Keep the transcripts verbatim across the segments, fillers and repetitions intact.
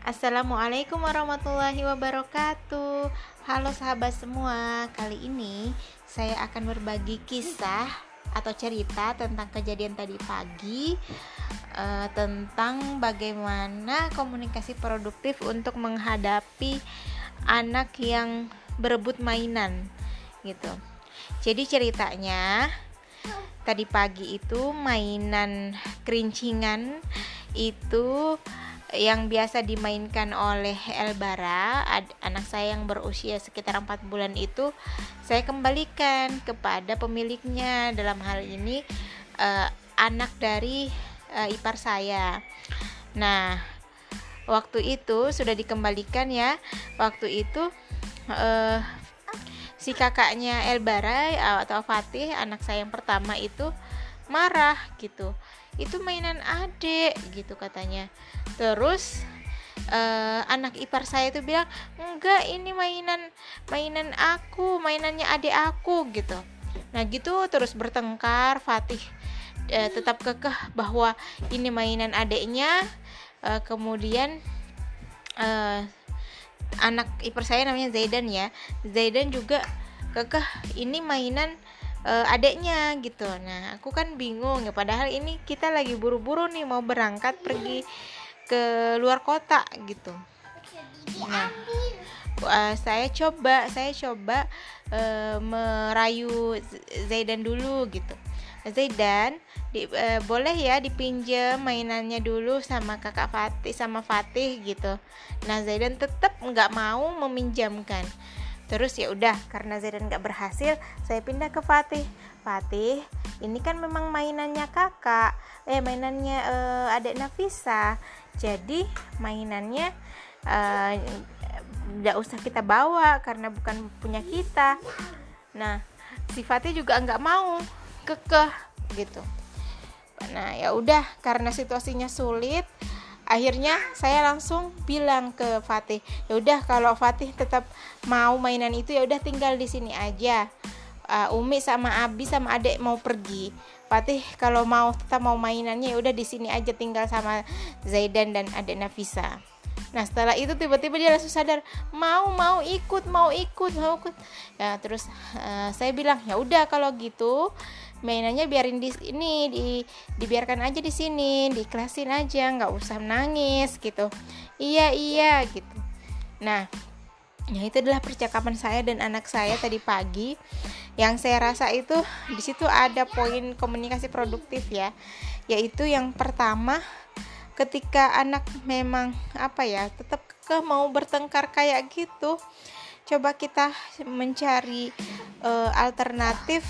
Assalamualaikum warahmatullahi wabarakatuh. Halo sahabat semua, kali ini saya akan berbagi kisah atau cerita tentang kejadian tadi pagi, uh, tentang bagaimana komunikasi produktif untuk menghadapi anak yang berebut mainan gitu. Jadi ceritanya tadi pagi itu mainan kerincingan itu yang biasa dimainkan oleh Elbara, ad, anak saya yang berusia sekitar empat bulan itu, saya kembalikan kepada pemiliknya. Dalam hal ini uh, anak dari uh, ipar saya. Nah, waktu itu sudah dikembalikan ya. Waktu itu uh, si kakaknya Elbara atau Fatih, anak saya yang pertama itu marah gitu. Itu mainan adik gitu katanya. Terus uh, anak ipar saya itu bilang, enggak, ini mainan mainan aku, mainannya adik aku gitu. Nah gitu terus bertengkar. Fatih uh, tetap kekeh bahwa ini mainan adiknya. uh, Kemudian uh, anak ipar saya namanya Zaidan ya. Zaidan juga kekeh ini mainan Uh, adeknya gitu. Nah aku kan bingung ya, padahal ini kita lagi buru-buru nih mau berangkat pergi ke luar kota gitu. Nah uh, saya coba saya coba uh, merayu Zaidan dulu gitu. Zaidan di, uh, boleh ya dipinjam mainannya dulu sama kakak Fatih sama Fatih gitu. Nah Zaidan tetap nggak mau meminjamkan. Terus ya udah, karena Zaidan nggak berhasil, saya pindah ke Fatih. Fatih, ini kan memang mainannya kakak, eh mainannya eh, adik Nafisa. Jadi mainannya nggak eh, usah kita bawa karena bukan punya kita. Nah, si Fatih juga nggak mau, kekeh gitu. Nah ya udah, karena situasinya sulit, akhirnya saya langsung bilang ke Fatih, ya udah kalau Fatih tetap mau mainan itu ya udah tinggal di sini aja. Uh, Umi sama Abi sama Adek mau pergi. Fatih kalau mau tetap mau mainannya ya udah di sini aja, tinggal sama Zaidan dan Adek Nafisa. Nah setelah itu tiba-tiba dia langsung sadar, mau mau ikut mau ikut mau ikut. Ya terus uh, saya bilang ya udah kalau gitu mainannya biarin di sini, di dibiarkan aja di sini, diikhlasin aja, nggak usah nangis gitu. Iya iya gitu. Nah, ya itu adalah percakapan saya dan anak saya tadi pagi. Yang saya rasa itu di situ ada poin komunikasi produktif ya, yaitu yang pertama, ketika anak memang apa ya tetap kekeh mau bertengkar kayak gitu, coba kita mencari uh, alternatif.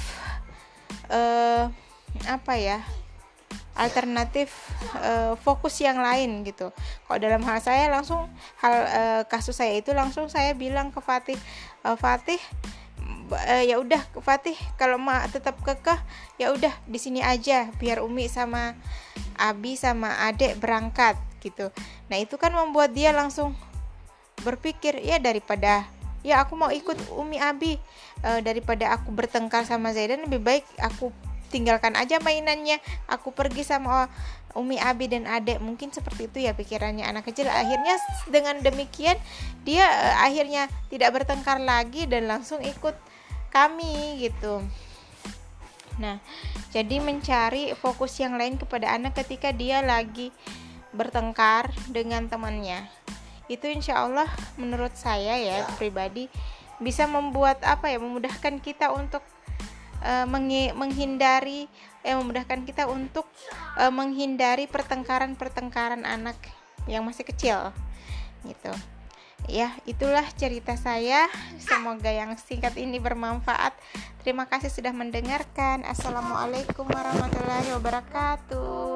Uh, apa ya alternatif uh, fokus yang lain gitu. Kalau dalam hal saya langsung hal uh, kasus saya itu langsung saya bilang ke Fatih, uh, Fatih uh, ya udah Fatih kalau mau tetap kekeh ya udah di sini aja, biar Umi sama Abi sama Adek berangkat gitu. Nah itu kan membuat dia langsung berpikir, ya daripada ya aku mau ikut Umi Abi, e, daripada aku bertengkar sama Zaidan, lebih baik aku tinggalkan aja mainannya, aku pergi sama Umi Abi dan Adek. Mungkin seperti itu ya pikirannya anak kecil. Akhirnya dengan demikian dia e, akhirnya tidak bertengkar lagi dan langsung ikut kami gitu. Nah jadi mencari fokus yang lain kepada anak ketika dia lagi bertengkar dengan temannya, itu insya Allah menurut saya ya pribadi bisa membuat apa ya memudahkan kita untuk uh, menghi- menghindari eh memudahkan kita untuk uh, menghindari pertengkaran-pertengkaran anak yang masih kecil gitu. Ya, itulah cerita saya. Semoga yang singkat ini bermanfaat. Terima kasih sudah mendengarkan. Assalamualaikum warahmatullahi wabarakatuh.